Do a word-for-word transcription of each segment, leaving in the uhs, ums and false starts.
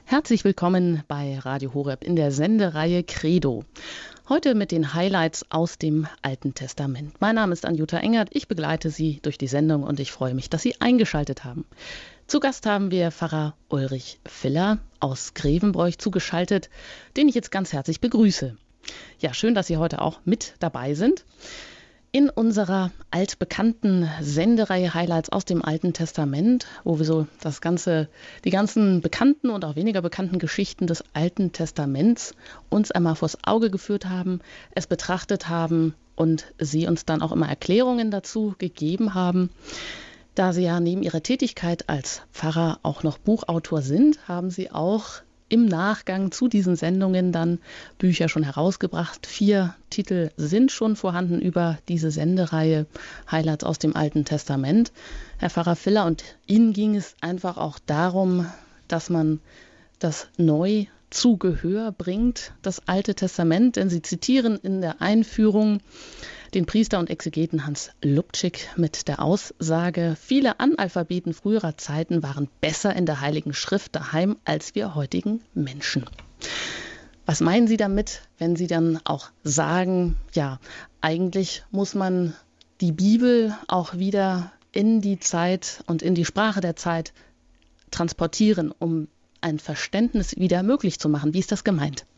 Herzlich willkommen bei Radio Horeb in der Sendereihe Credo. Heute mit den Highlights aus dem Alten Testament. Mein Name ist Anjuta Engert, ich begleite Sie durch die Sendung und ich freue mich, dass Sie eingeschaltet haben. Zu Gast haben wir Pfarrer Ulrich Filler aus Grevenbroich zugeschaltet, den ich jetzt ganz herzlich begrüße. Ja, schön, dass Sie heute auch mit dabei sind. In unserer altbekannten Sendereihe Highlights aus dem Alten Testament, wo wir so das ganze, die ganzen bekannten und auch weniger bekannten Geschichten des Alten Testaments uns einmal vors Auge geführt haben, es betrachtet haben und Sie uns dann auch immer Erklärungen dazu gegeben haben. Da Sie ja neben Ihrer Tätigkeit als Pfarrer auch noch Buchautor sind, haben Sie auch im Nachgang zu diesen Sendungen dann Bücher schon herausgebracht. Vier Titel sind schon vorhanden über diese Sendereihe Highlights aus dem Alten Testament. Herr Pfarrer Filler, und Ihnen ging es einfach auch darum, dass man das neu zu Gehör bringt, das Alte Testament, denn Sie zitieren in der Einführung den Priester und Exegeten Hans Lubczyk mit der Aussage: Viele Analphabeten früherer Zeiten waren besser in der Heiligen Schrift daheim als wir heutigen Menschen. Was meinen Sie damit, wenn Sie dann auch sagen, ja, eigentlich muss man die Bibel auch wieder in die Zeit und in die Sprache der Zeit transportieren, um ein Verständnis wieder möglich zu machen? Wie ist das gemeint?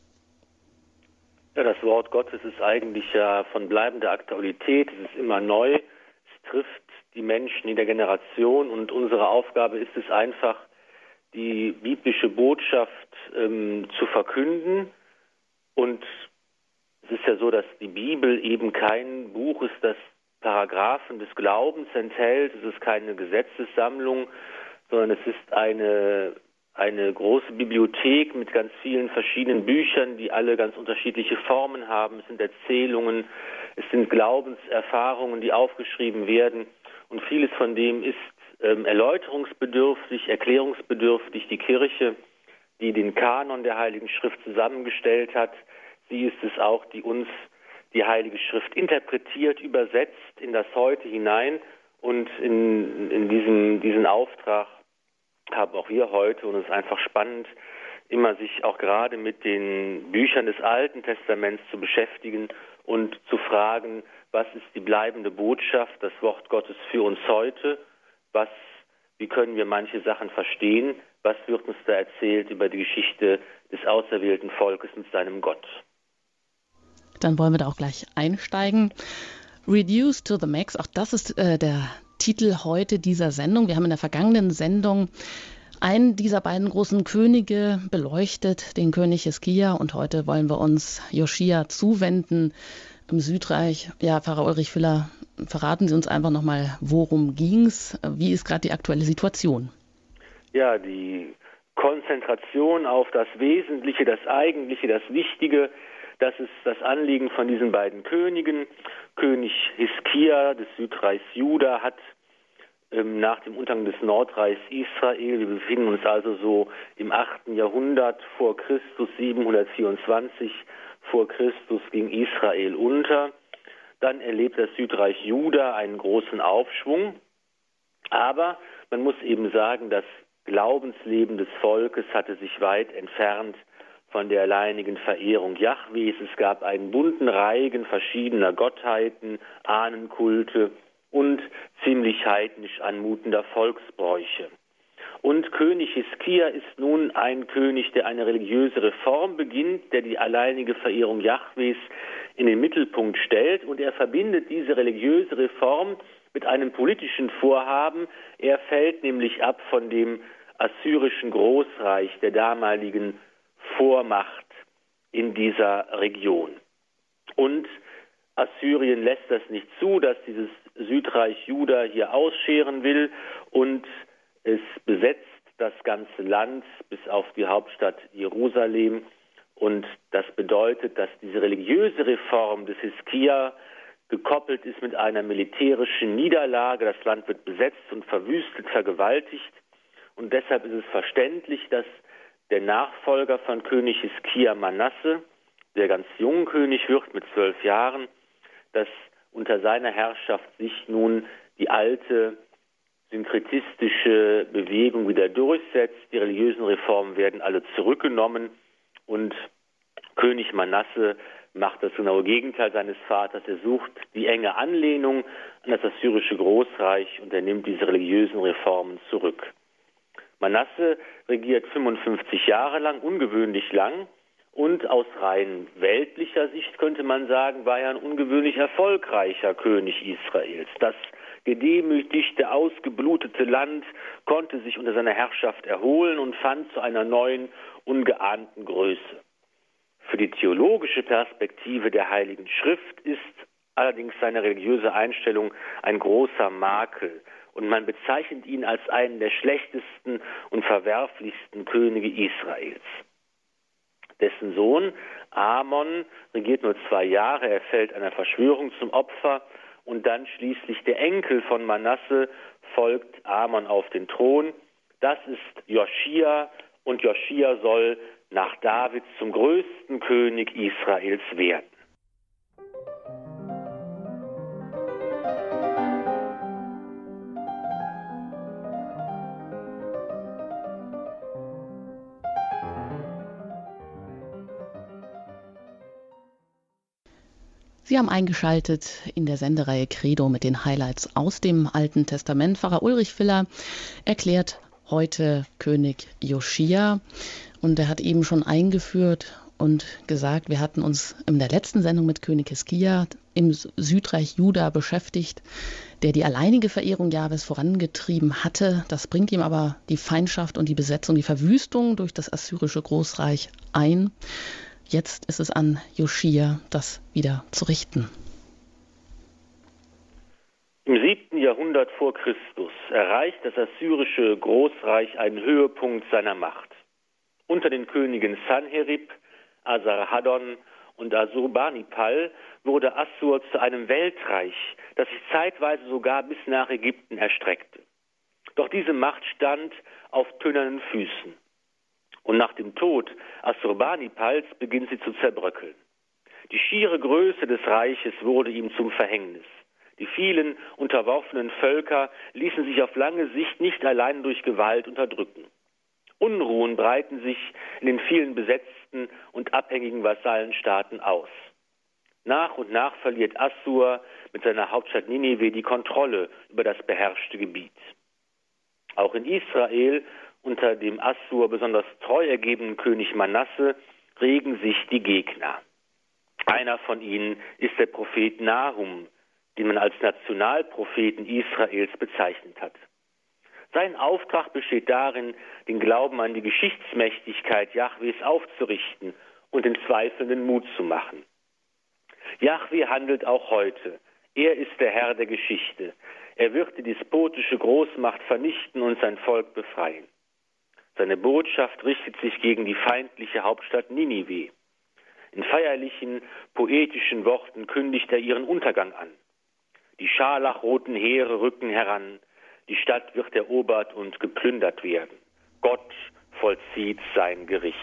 Ja, das Wort Gottes ist eigentlich ja von bleibender Aktualität. Es ist immer neu. Es trifft die Menschen in der Generation und unsere Aufgabe ist es einfach, die biblische Botschaft ähm, zu verkünden. Und es ist ja so, dass die Bibel eben kein Buch ist, das Paragraphen des Glaubens enthält. Es ist keine Gesetzessammlung, sondern es ist eine Eine große Bibliothek mit ganz vielen verschiedenen Büchern, die alle ganz unterschiedliche Formen haben. Es sind Erzählungen, es sind Glaubenserfahrungen, die aufgeschrieben werden. Und vieles von dem ist ähm, erläuterungsbedürftig, erklärungsbedürftig. Die Kirche, die den Kanon der Heiligen Schrift zusammengestellt hat, sie ist es auch, die uns die Heilige Schrift interpretiert, übersetzt in das Heute hinein. Und in, in diesem, diesen Auftrag haben auch wir heute, und es ist einfach spannend, immer sich auch gerade mit den Büchern des Alten Testaments zu beschäftigen und zu fragen, was ist die bleibende Botschaft, das Wort Gottes für uns heute, was, wie können wir manche Sachen verstehen, was wird uns da erzählt über die Geschichte des auserwählten Volkes mit seinem Gott. Dann wollen wir da auch gleich einsteigen. Reduced to the Max, auch das ist äh, der Titel heute dieser Sendung. Wir haben in der vergangenen Sendung einen dieser beiden großen Könige beleuchtet, den König Hiskia, und heute wollen wir uns Joschia zuwenden im Südreich. Ja, Pfarrer Ulrich Filler, verraten Sie uns einfach nochmal, worum ging's? Wie ist gerade die aktuelle Situation? Ja, die Konzentration auf das Wesentliche, das Eigentliche, das Wichtige, das ist das Anliegen von diesen beiden Königen. König Hiskia des Südreichs Juda hat ähm, nach dem Untergang des Nordreichs Israel, wir befinden uns also so im achten Jahrhundert vor Christus, siebenhundertvierundzwanzig vor Christus ging Israel unter. Dann erlebt das Südreich Juda einen großen Aufschwung. Aber man muss eben sagen, das Glaubensleben des Volkes hatte sich weit entfernt von der alleinigen Verehrung Jahwes. Es gab einen bunten Reigen verschiedener Gottheiten, Ahnenkulte und ziemlich heidnisch anmutender Volksbräuche. Und König Hiskia ist nun ein König, der eine religiöse Reform beginnt, der die alleinige Verehrung Jahwes in den Mittelpunkt stellt, und er verbindet diese religiöse Reform mit einem politischen Vorhaben. Er fällt nämlich ab von dem assyrischen Großreich der damaligen Vormacht in dieser Region. Und Assyrien lässt das nicht zu, dass dieses Südreich Juda hier ausscheren will, und es besetzt das ganze Land bis auf die Hauptstadt Jerusalem. Und das bedeutet, dass diese religiöse Reform des Hiskia gekoppelt ist mit einer militärischen Niederlage. Das Land wird besetzt und verwüstet, vergewaltigt. Und deshalb ist es verständlich, dass der Nachfolger von König Hiskia, Manasse, der ganz jung König wird mit zwölf Jahren, dass unter seiner Herrschaft sich nun die alte synkretistische Bewegung wieder durchsetzt. Die religiösen Reformen werden alle zurückgenommen und König Manasse macht das genaue Gegenteil seines Vaters. Er sucht die enge Anlehnung an das assyrische Großreich und er nimmt diese religiösen Reformen zurück. Manasse regiert fünfundfünfzig Jahre lang, ungewöhnlich lang, und aus rein weltlicher Sicht könnte man sagen, war er ein ungewöhnlich erfolgreicher König Israels. Das gedemütigte, ausgeblutete Land konnte sich unter seiner Herrschaft erholen und fand zu einer neuen, ungeahnten Größe. Für die theologische Perspektive der Heiligen Schrift ist allerdings seine religiöse Einstellung ein großer Makel und man bezeichnet ihn als einen der schlechtesten und verwerflichsten Könige Israels. Dessen Sohn Amon regiert nur zwei Jahre, er fällt einer Verschwörung zum Opfer und dann schließlich der Enkel von Manasse folgt Amon auf den Thron. Das ist Joschia und Joschia soll nach David zum größten König Israels werden. Sie haben eingeschaltet in der Sendereihe Credo mit den Highlights aus dem Alten Testament. Pfarrer Ulrich Filler erklärt heute König Joschia und er hat eben schon eingeführt und gesagt, wir hatten uns in der letzten Sendung mit König Hiskia im Südreich Juda beschäftigt, der die alleinige Verehrung Jahwes vorangetrieben hatte. Das bringt ihm aber die Feindschaft und die Besetzung, die Verwüstung durch das assyrische Großreich ein. Jetzt ist es an Joschia, das wieder zu richten. Im siebten Jahrhundert vor Christus erreicht das assyrische Großreich einen Höhepunkt seiner Macht. Unter den Königen Sanherib, Asarhaddon und Assurbanipal wurde Assur zu einem Weltreich, das sich zeitweise sogar bis nach Ägypten erstreckte. Doch diese Macht stand auf tönernen Füßen. Und nach dem Tod Assurbanipals beginnt sie zu zerbröckeln. Die schiere Größe des Reiches wurde ihm zum Verhängnis. Die vielen unterworfenen Völker ließen sich auf lange Sicht nicht allein durch Gewalt unterdrücken. Unruhen breiten sich in den vielen besetzten und abhängigen Vasallenstaaten aus. Nach und nach verliert Assur mit seiner Hauptstadt Ninive die Kontrolle über das beherrschte Gebiet. Auch in Israel unter dem Assur besonders treu ergebenen König Manasse regen sich die Gegner. Einer von ihnen ist der Prophet Nahum, den man als Nationalpropheten Israels bezeichnet hat. Sein Auftrag besteht darin, den Glauben an die Geschichtsmächtigkeit Jahwes aufzurichten und den Zweifelnden Mut zu machen. Jahwe handelt auch heute. Er ist der Herr der Geschichte. Er wird die despotische Großmacht vernichten und sein Volk befreien. Seine Botschaft richtet sich gegen die feindliche Hauptstadt Ninive. In feierlichen, poetischen Worten kündigt er ihren Untergang an. Die scharlachroten Heere rücken heran. Die Stadt wird erobert und geplündert werden. Gott vollzieht sein Gericht.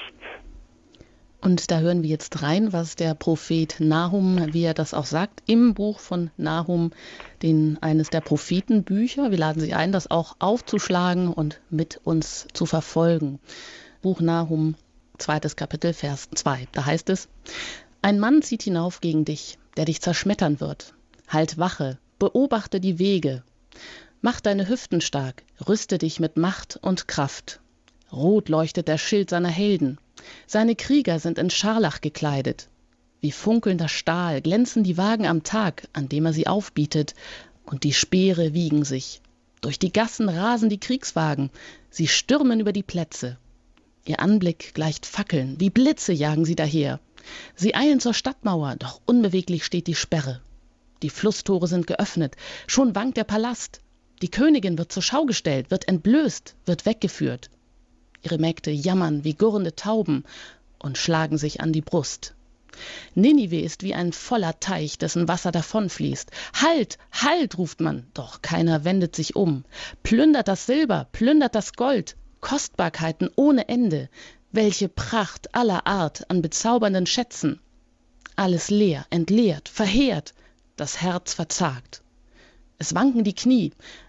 Und da hören wir jetzt rein, was der Prophet Nahum, wie er das auch sagt, im Buch von Nahum, den, eines der Prophetenbücher. Wir laden Sie ein, das auch aufzuschlagen und mit uns zu verfolgen. Buch Nahum, zweites Kapitel, Vers zwei. Da heißt es: Ein Mann zieht hinauf gegen dich, der dich zerschmettern wird. Halt Wache, beobachte die Wege. Mach deine Hüften stark, rüste dich mit Macht und Kraft. Rot leuchtet der Schild seiner Helden. Seine Krieger sind in Scharlach gekleidet. Wie funkelnder Stahl glänzen die Wagen am Tag, an dem er sie aufbietet, und die Speere wiegen sich. Durch die Gassen rasen die Kriegswagen, sie stürmen über die Plätze. Ihr Anblick gleicht Fackeln, wie Blitze jagen sie daher. Sie eilen zur Stadtmauer, doch unbeweglich steht die Sperre. Die Flusstore sind geöffnet, schon wankt der Palast. Die Königin wird zur Schau gestellt, wird entblößt, wird weggeführt. Ihre Mägde jammern wie gurrende Tauben und schlagen sich an die Brust. Ninive ist wie ein voller Teich, dessen Wasser davonfließt. Halt, halt, ruft man, doch keiner wendet sich um. Plündert das Silber, plündert das Gold, Kostbarkeiten ohne Ende. Welche Pracht aller Art an bezaubernden Schätzen. Alles leer, entleert, verheert, das Herz verzagt. Es wanken die Knie,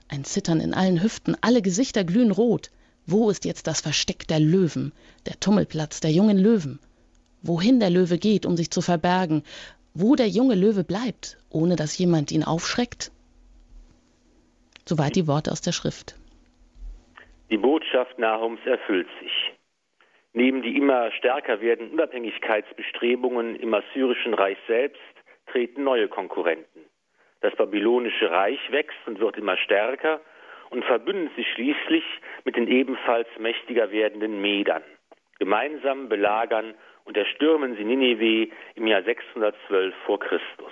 ein Zittern in allen Hüften, alle Gesichter glühen rot. Wo ist jetzt das Versteck der Löwen, der Tummelplatz der jungen Löwen? Wohin der Löwe geht, um sich zu verbergen, wo der junge Löwe bleibt, ohne dass jemand ihn aufschreckt? Soweit die Worte aus der Schrift. Die Botschaft Nahums erfüllt sich. Neben die immer stärker werdenden Unabhängigkeitsbestrebungen im assyrischen Reich selbst treten neue Konkurrenten. Das babylonische Reich wächst und wird immer stärker und verbündet sich schließlich mit den ebenfalls mächtiger werdenden Medern. Gemeinsam belagern und erstürmen sie Ninive im Jahr sechshundertzwölf vor Christus.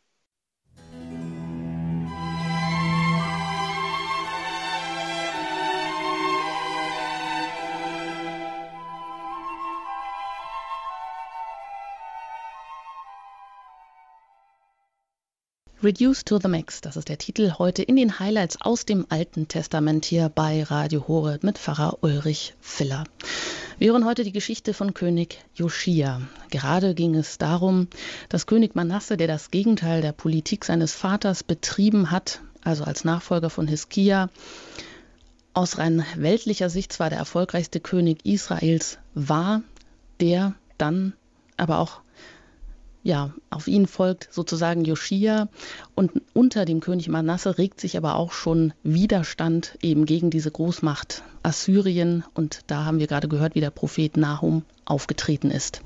Reduced to the Max, das ist der Titel heute in den Highlights aus dem Alten Testament hier bei Radio Horeb mit Pfarrer Ulrich Filler. Wir hören heute die Geschichte von König Joschia. Gerade ging es darum, dass König Manasse, der das Gegenteil der Politik seines Vaters betrieben hat, also als Nachfolger von Hiskia, aus rein weltlicher Sicht zwar der erfolgreichste König Israels war, der dann aber auch Ja, auf ihn folgt sozusagen Joschia und unter dem König Manasse regt sich aber auch schon Widerstand eben gegen diese Großmacht Assyrien und da haben wir gerade gehört, wie der Prophet Nahum aufgetreten ist.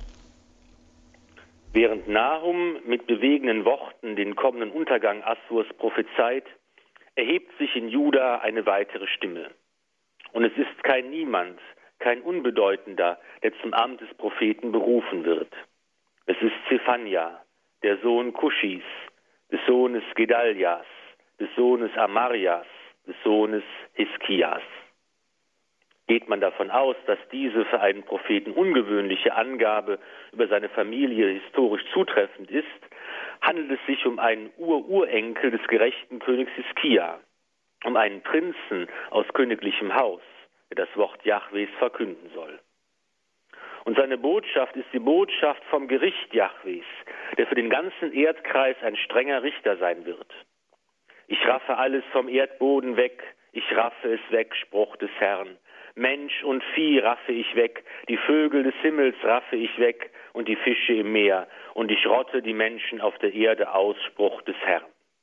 Während Nahum mit bewegenden Worten den kommenden Untergang Assurs prophezeit, erhebt sich in Juda eine weitere Stimme. Und es ist kein Niemand, kein Unbedeutender, der zum Amt des Propheten berufen wird. Es ist Zephania, der Sohn Kuschis, des Sohnes Gedaljas, des Sohnes Amarias, des Sohnes Hiskias. Geht man davon aus, dass diese für einen Propheten ungewöhnliche Angabe über seine Familie historisch zutreffend ist, handelt es sich um einen Ur-Urenkel des gerechten Königs Hiskia, um einen Prinzen aus königlichem Haus, der das Wort Jahwes verkünden soll. Und seine Botschaft ist die Botschaft vom Gericht Jahwes, der für den ganzen Erdkreis ein strenger Richter sein wird. Ich raffe alles vom Erdboden weg, ich raffe es weg, Spruch des Herrn. Mensch und Vieh raffe ich weg, die Vögel des Himmels raffe ich weg und die Fische im Meer, und ich rotte die Menschen auf der Erde aus, Spruch des Herrn.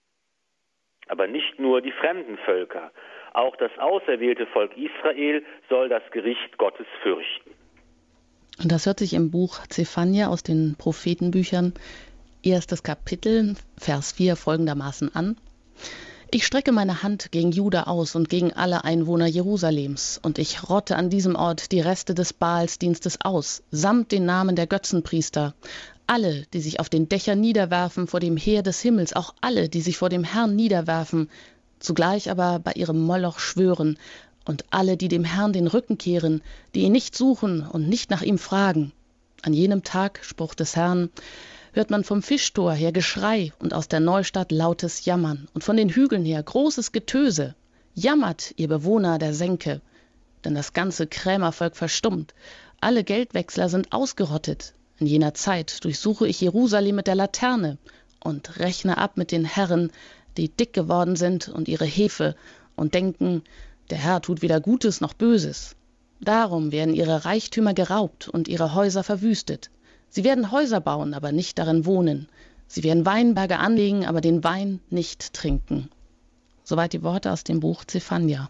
Aber nicht nur die fremden Völker, auch das auserwählte Volk Israel soll das Gericht Gottes fürchten. Und das hört sich im Buch Zephania aus den Prophetenbüchern, erstes Kapitel, Vers vier folgendermaßen an. Ich strecke meine Hand gegen Juda aus und gegen alle Einwohner Jerusalems, und ich rotte an diesem Ort die Reste des Baalsdienstes aus, samt den Namen der Götzenpriester. Alle, die sich auf den Dächern niederwerfen vor dem Heer des Himmels, auch alle, die sich vor dem Herrn niederwerfen, zugleich aber bei ihrem Moloch schwören, und alle, die dem Herrn den Rücken kehren, die ihn nicht suchen und nicht nach ihm fragen. An jenem Tag, Spruch des Herrn, hört man vom Fischtor her Geschrei und aus der Neustadt lautes Jammern und von den Hügeln her großes Getöse. Jammert, ihr Bewohner der Senke, denn das ganze Krämervolk verstummt. Alle Geldwechsler sind ausgerottet. In jener Zeit durchsuche ich Jerusalem mit der Laterne und rechne ab mit den Herren, die dick geworden sind und ihre Hefe und denken, der Herr tut weder Gutes noch Böses. Darum werden ihre Reichtümer geraubt und ihre Häuser verwüstet. Sie werden Häuser bauen, aber nicht darin wohnen. Sie werden Weinberge anlegen, aber den Wein nicht trinken. Soweit die Worte aus dem Buch Zephania.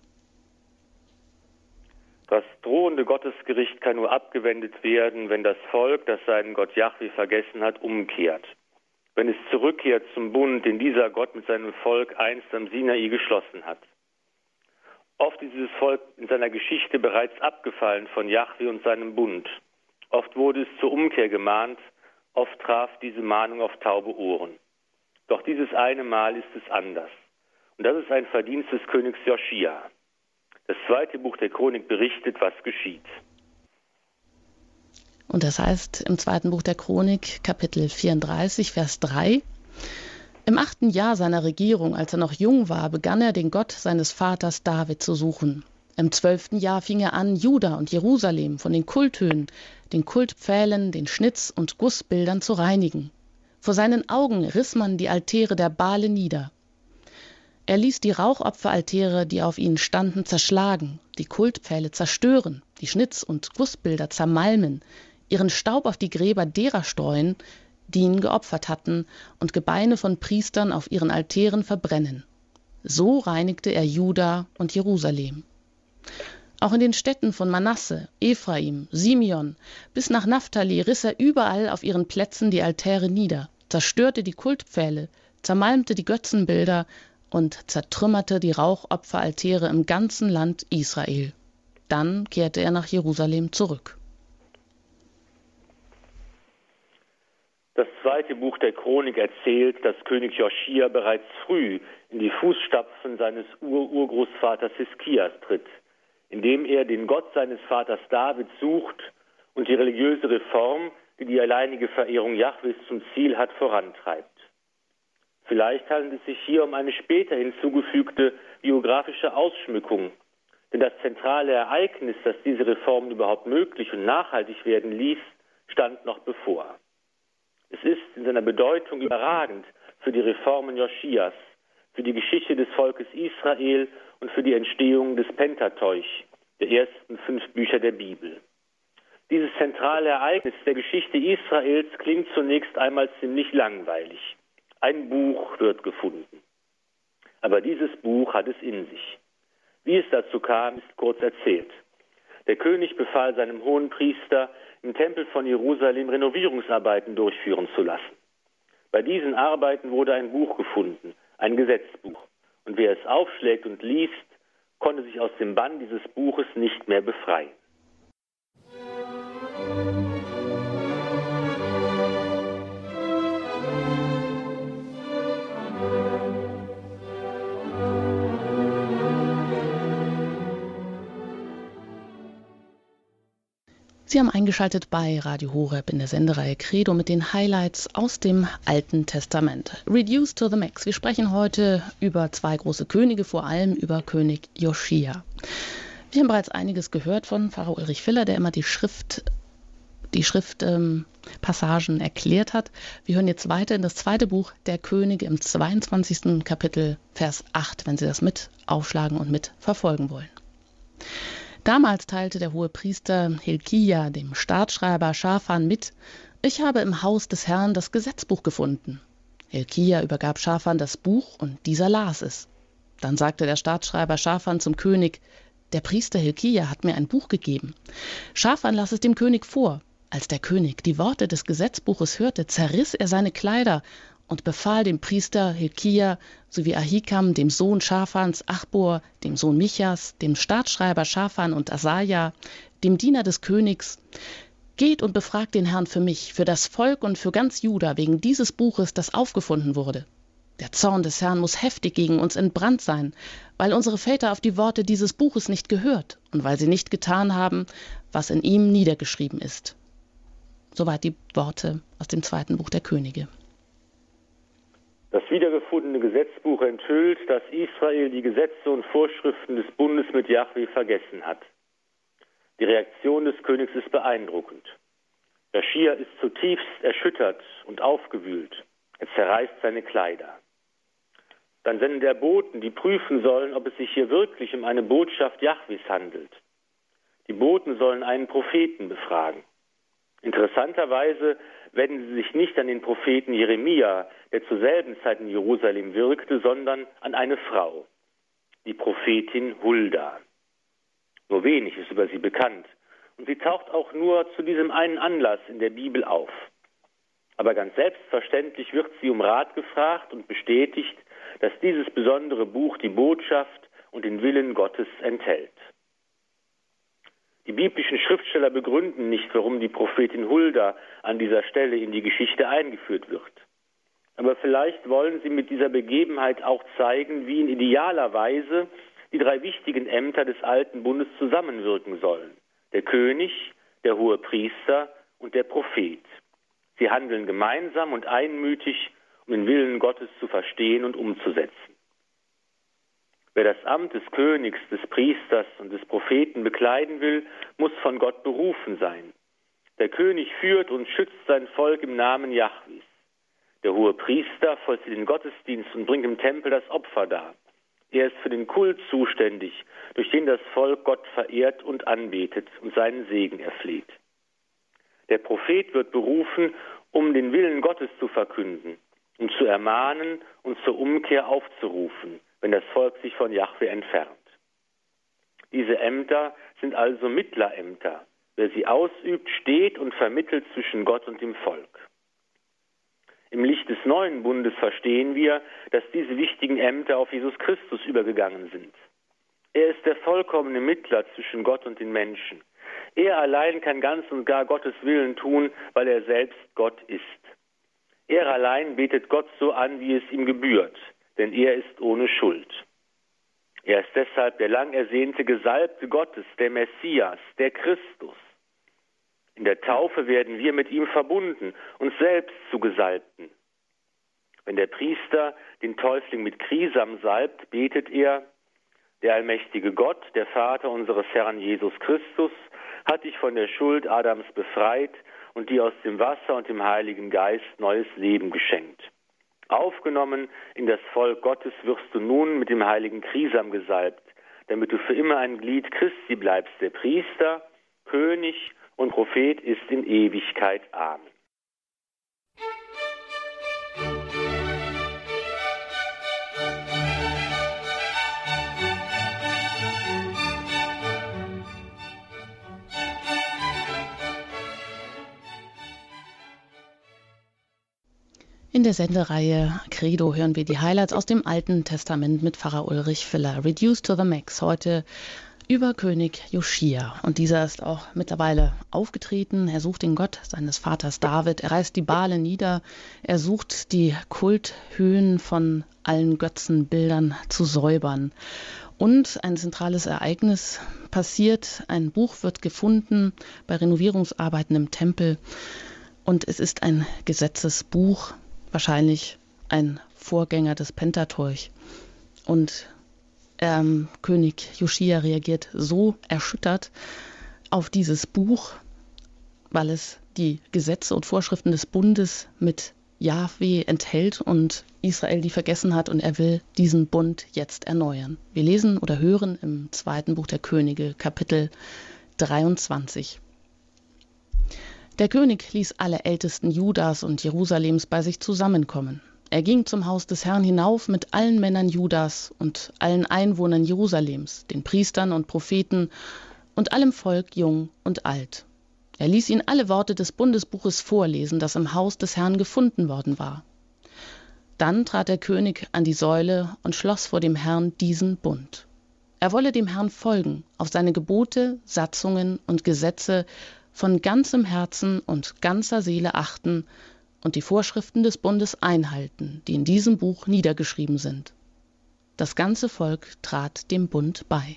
Das drohende Gottesgericht kann nur abgewendet werden, wenn das Volk, das seinen Gott Jahwe vergessen hat, umkehrt. Wenn es zurückkehrt zum Bund, den dieser Gott mit seinem Volk einst am Sinai geschlossen hat. Oft ist dieses Volk in seiner Geschichte bereits abgefallen von Jahwe und seinem Bund. Oft wurde es zur Umkehr gemahnt, oft traf diese Mahnung auf taube Ohren. Doch dieses eine Mal ist es anders. Und das ist ein Verdienst des Königs Joschia. Das zweite Buch der Chronik berichtet, was geschieht. Und das heißt im zweiten Buch der Chronik, Kapitel vierunddreißig, Vers drei, im achten Jahr seiner Regierung, als er noch jung war, begann er, den Gott seines Vaters David zu suchen. Im zwölften Jahr fing er an, Juda und Jerusalem von den Kulthöhen, den Kultpfählen, den Schnitz- und Gussbildern zu reinigen. Vor seinen Augen riss man die Altäre der Baale nieder. Er ließ die Rauchopferaltäre, die auf ihnen standen, zerschlagen, die Kultpfähle zerstören, die Schnitz- und Gussbilder zermalmen, ihren Staub auf die Gräber derer streuen, die ihn geopfert hatten, und Gebeine von Priestern auf ihren Altären verbrennen. So reinigte er Juda und Jerusalem. Auch in den Städten von Manasse, Ephraim, Simeon bis nach Naphtali riss er überall auf ihren Plätzen die Altäre nieder, zerstörte die Kultpfähle, zermalmte die Götzenbilder und zertrümmerte die Rauchopferaltäre im ganzen Land Israel. Dann kehrte er nach Jerusalem zurück. Das zweite Buch der Chronik erzählt, dass König Joschia bereits früh in die Fußstapfen seines Ur-Urgroßvaters Hiskias tritt, indem er den Gott seines Vaters David sucht und die religiöse Reform, die die alleinige Verehrung Jahwes zum Ziel hat, vorantreibt. Vielleicht handelt es sich hier um eine später hinzugefügte biografische Ausschmückung, denn das zentrale Ereignis, das diese Reformen überhaupt möglich und nachhaltig werden ließ, stand noch bevor. Es ist in seiner Bedeutung überragend für die Reformen Joschias, für die Geschichte des Volkes Israel und für die Entstehung des Pentateuch, der ersten fünf Bücher der Bibel. Dieses zentrale Ereignis der Geschichte Israels klingt zunächst einmal ziemlich langweilig. Ein Buch wird gefunden. Aber dieses Buch hat es in sich. Wie es dazu kam, ist kurz erzählt. Der König befahl seinem Hohenpriester, im Tempel von Jerusalem Renovierungsarbeiten durchführen zu lassen. Bei diesen Arbeiten wurde ein Buch gefunden, ein Gesetzbuch. Und wer es aufschlägt und liest, konnte sich aus dem Bann dieses Buches nicht mehr befreien. Sie haben eingeschaltet bei Radio Horeb in der Sendereihe Credo mit den Highlights aus dem Alten Testament. Reduced to the Max. Wir sprechen heute über zwei große Könige, vor allem über König Joschia. Wir haben bereits einiges gehört von Pfarrer Ulrich Filler, der immer die Schrift, die Schriftpassagen ähm, erklärt hat. Wir hören jetzt weiter in das zweite Buch der Könige im zweiundzwanzigsten Kapitel, Vers acht, wenn Sie das mit aufschlagen und mit verfolgen wollen. Damals teilte der Hohepriester Hilkia dem Staatsschreiber Schafan mit: Ich habe im Haus des Herrn das Gesetzbuch gefunden. Hilkia übergab Schafan das Buch und dieser las es. Dann sagte der Staatsschreiber Schafan zum König: Der Priester Hilkia hat mir ein Buch gegeben. Schafan las es dem König vor. Als der König die Worte des Gesetzbuches hörte, zerriss er seine Kleider und befahl dem Priester Hilkia sowie Ahikam, dem Sohn Schafans, Achbor, dem Sohn Michas, dem Staatsschreiber Schafan und Asaja, dem Diener des Königs: Geht und befragt den Herrn für mich, für das Volk und für ganz Juda wegen dieses Buches, das aufgefunden wurde. Der Zorn des Herrn muss heftig gegen uns entbrannt sein, weil unsere Väter auf die Worte dieses Buches nicht gehört und weil sie nicht getan haben, was in ihm niedergeschrieben ist. Soweit die Worte aus dem zweiten Buch der Könige. Das wiedergefundene Gesetzbuch enthüllt, dass Israel die Gesetze und Vorschriften des Bundes mit Jahwe vergessen hat. Die Reaktion des Königs ist beeindruckend. Joschia ist zutiefst erschüttert und aufgewühlt. Er zerreißt seine Kleider. Dann sendet er Boten, die prüfen sollen, ob es sich hier wirklich um eine Botschaft Jahwes handelt. Die Boten sollen einen Propheten befragen. Interessanterweise wenden sie sich nicht an den Propheten Jeremia, der zur selben Zeit in Jerusalem wirkte, sondern an eine Frau, die Prophetin Hulda. Nur wenig ist über sie bekannt und sie taucht auch nur zu diesem einen Anlass in der Bibel auf. Aber ganz selbstverständlich wird sie um Rat gefragt und bestätigt, dass dieses besondere Buch die Botschaft und den Willen Gottes enthält. Die biblischen Schriftsteller begründen nicht, warum die Prophetin Hulda an dieser Stelle in die Geschichte eingeführt wird. Aber vielleicht wollen sie mit dieser Begebenheit auch zeigen, wie in idealer Weise die drei wichtigen Ämter des Alten Bundes zusammenwirken sollen: der König, der Hohepriester und der Prophet. Sie handeln gemeinsam und einmütig, um den Willen Gottes zu verstehen und umzusetzen. Wer das Amt des Königs, des Priesters und des Propheten bekleiden will, muss von Gott berufen sein. Der König führt und schützt sein Volk im Namen Jahwes. Der Hohepriester vollzieht den Gottesdienst und bringt im Tempel das Opfer dar. Er ist für den Kult zuständig, durch den das Volk Gott verehrt und anbetet und seinen Segen erfleht. Der Prophet wird berufen, um den Willen Gottes zu verkünden, um zu ermahnen und zur Umkehr aufzurufen, wenn das Volk sich von Jahwe entfernt. Diese Ämter sind also Mittlerämter. Wer sie ausübt, steht und vermittelt zwischen Gott und dem Volk. Im Licht des neuen Bundes verstehen wir, dass diese wichtigen Ämter auf Jesus Christus übergegangen sind. Er ist der vollkommene Mittler zwischen Gott und den Menschen. Er allein kann ganz und gar Gottes Willen tun, weil er selbst Gott ist. Er allein betet Gott so an, wie es ihm gebührt, denn er ist ohne Schuld. Er ist deshalb der lang ersehnte Gesalbte Gottes, der Messias, der Christus. In der Taufe werden wir mit ihm verbunden, uns selbst zu Gesalbten. Wenn der Priester den Täufling mit Krisam salbt, betet er: Der allmächtige Gott, der Vater unseres Herrn Jesus Christus, hat dich von der Schuld Adams befreit und dir aus dem Wasser und dem Heiligen Geist neues Leben geschenkt. Aufgenommen in das Volk Gottes wirst du nun mit dem heiligen Krisam gesalbt, damit du für immer ein Glied Christi bleibst, der Priester, König und Prophet ist in Ewigkeit. Amen. In der Sendereihe Credo hören wir die Highlights aus dem Alten Testament mit Pfarrer Ulrich Filler. Reduced to the Max, heute über König Joschia. Und dieser ist auch mittlerweile aufgetreten. Er sucht den Gott seines Vaters David. Er reißt die Bale nieder. Er sucht die Kulthöhen von allen Götzenbildern zu säubern. Und ein zentrales Ereignis passiert. Ein Buch wird gefunden bei Renovierungsarbeiten im Tempel. Und es ist ein Gesetzesbuch, wahrscheinlich ein Vorgänger des Pentateuch. Und ähm, König Joschia reagiert so erschüttert auf dieses Buch, weil es die Gesetze und Vorschriften des Bundes mit Jahwe enthält und Israel die vergessen hat, und er will diesen Bund jetzt erneuern. Wir lesen oder hören im zweiten Buch der Könige, Kapitel dreiundzwanzig. Der König ließ alle Ältesten Judas und Jerusalems bei sich zusammenkommen. Er ging zum Haus des Herrn hinauf mit allen Männern Judas und allen Einwohnern Jerusalems, den Priestern und Propheten und allem Volk, jung und alt. Er ließ ihnen alle Worte des Bundesbuches vorlesen, das im Haus des Herrn gefunden worden war. Dann trat der König an die Säule und schloss vor dem Herrn diesen Bund. Er wolle dem Herrn folgen, auf seine Gebote, Satzungen und Gesetze von ganzem Herzen und ganzer Seele achten und die Vorschriften des Bundes einhalten, die in diesem Buch niedergeschrieben sind. Das ganze Volk trat dem Bund bei.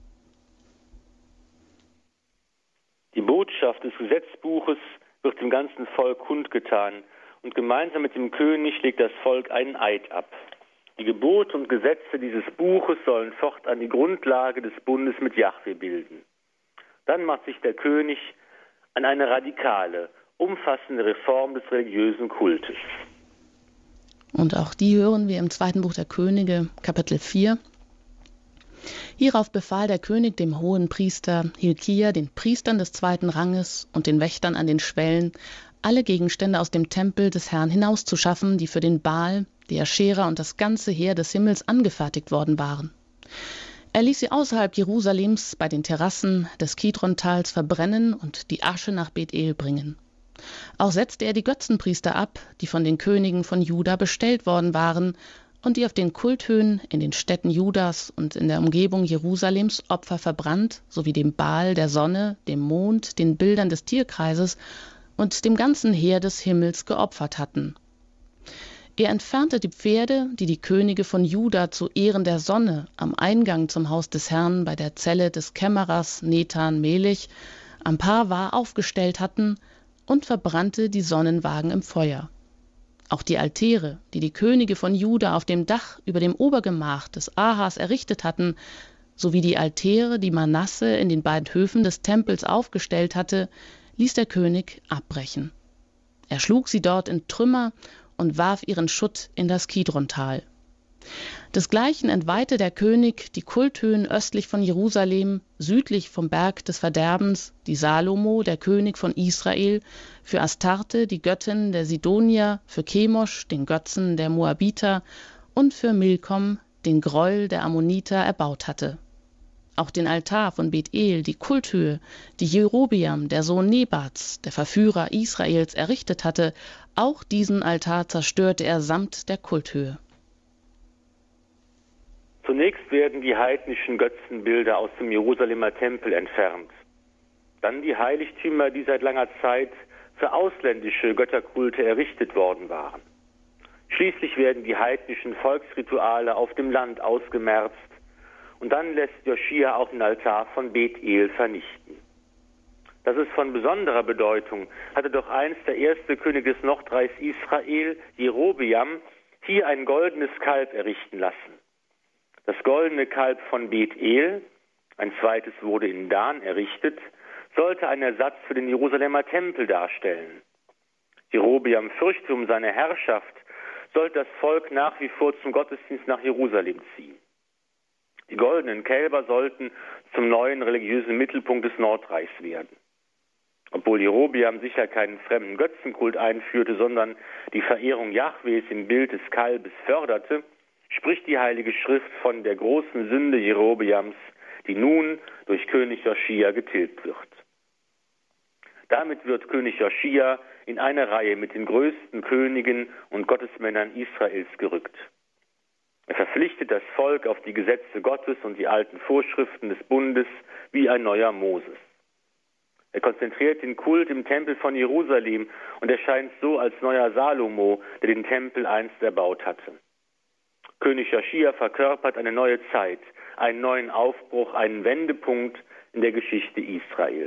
Die Botschaft des Gesetzbuches wird dem ganzen Volk kundgetan, und gemeinsam mit dem König legt das Volk einen Eid ab. Die Gebote und Gesetze dieses Buches sollen fortan die Grundlage des Bundes mit Jahwe bilden. Dann macht sich der König an eine radikale, umfassende Reform des religiösen Kultes. Und auch die hören wir im zweiten Buch der Könige, Kapitel vier. Hierauf befahl der König dem hohen Priester Hilkia, den Priestern des zweiten Ranges und den Wächtern an den Schwellen, alle Gegenstände aus dem Tempel des Herrn hinauszuschaffen, die für den Baal, die Aschera und das ganze Heer des Himmels angefertigt worden waren. Er ließ sie außerhalb Jerusalems bei den Terrassen des Kidrontals verbrennen und die Asche nach Bethel bringen. Auch setzte er die Götzenpriester ab, die von den Königen von Juda bestellt worden waren und die auf den Kulthöhen in den Städten Judas und in der Umgebung Jerusalems Opfer verbrannt, sowie dem Baal, der Sonne, dem Mond, den Bildern des Tierkreises und dem ganzen Heer des Himmels geopfert hatten. Er entfernte die Pferde, die die Könige von Juda zu Ehren der Sonne am Eingang zum Haus des Herrn bei der Zelle des Kämmerers Nethan Melich am Parvar aufgestellt hatten, und verbrannte die Sonnenwagen im Feuer. Auch die Altäre, die die Könige von Juda auf dem Dach über dem Obergemach des Ahas errichtet hatten, sowie die Altäre, die Manasse in den beiden Höfen des Tempels aufgestellt hatte, ließ der König abbrechen. Er schlug sie dort in Trümmer und warf ihren Schutt in das Kidrontal. Desgleichen entweihte der König die Kulthöhen östlich von Jerusalem, südlich vom Berg des Verderbens, die Salomo, der König von Israel, für Astarte, die Göttin der Sidonier, für Chemosh, den Götzen der Moabiter, und für Milkom, den Gräuel der Ammoniter, erbaut hatte. Auch den Altar von Bethel, die Kulthöhe, die Jerobeam, der Sohn Nebats, der Verführer Israels, errichtet hatte, auch diesen Altar zerstörte er samt der Kulthöhe. Zunächst werden die heidnischen Götzenbilder aus dem Jerusalemer Tempel entfernt. Dann die Heiligtümer, die seit langer Zeit für ausländische Götterkulte errichtet worden waren. Schließlich werden die heidnischen Volksrituale auf dem Land ausgemerzt und dann lässt Joschia auch den Altar von Bethel vernichten. Das ist von besonderer Bedeutung, hatte doch einst der erste König des Nordreichs Israel, Jerobeam, hier ein goldenes Kalb errichten lassen. Das goldene Kalb von Bethel, ein zweites wurde in Dan errichtet, sollte einen Ersatz für den Jerusalemer Tempel darstellen. Jerobeam fürchtete um seine Herrschaft, sollte das Volk nach wie vor zum Gottesdienst nach Jerusalem ziehen. Die goldenen Kälber sollten zum neuen religiösen Mittelpunkt des Nordreichs werden. Obwohl Jerobeam sicher keinen fremden Götzenkult einführte, sondern die Verehrung Jahwes im Bild des Kalbes förderte, spricht die Heilige Schrift von der großen Sünde Jerobeams, die nun durch König Joschia getilgt wird. Damit wird König Joschia in eine Reihe mit den größten Königen und Gottesmännern Israels gerückt. Er verpflichtet das Volk auf die Gesetze Gottes und die alten Vorschriften des Bundes wie ein neuer Moses. Er konzentriert den Kult im Tempel von Jerusalem und erscheint so als neuer Salomo, der den Tempel einst erbaut hatte. König Joschia verkörpert eine neue Zeit, einen neuen Aufbruch, einen Wendepunkt in der Geschichte Israels.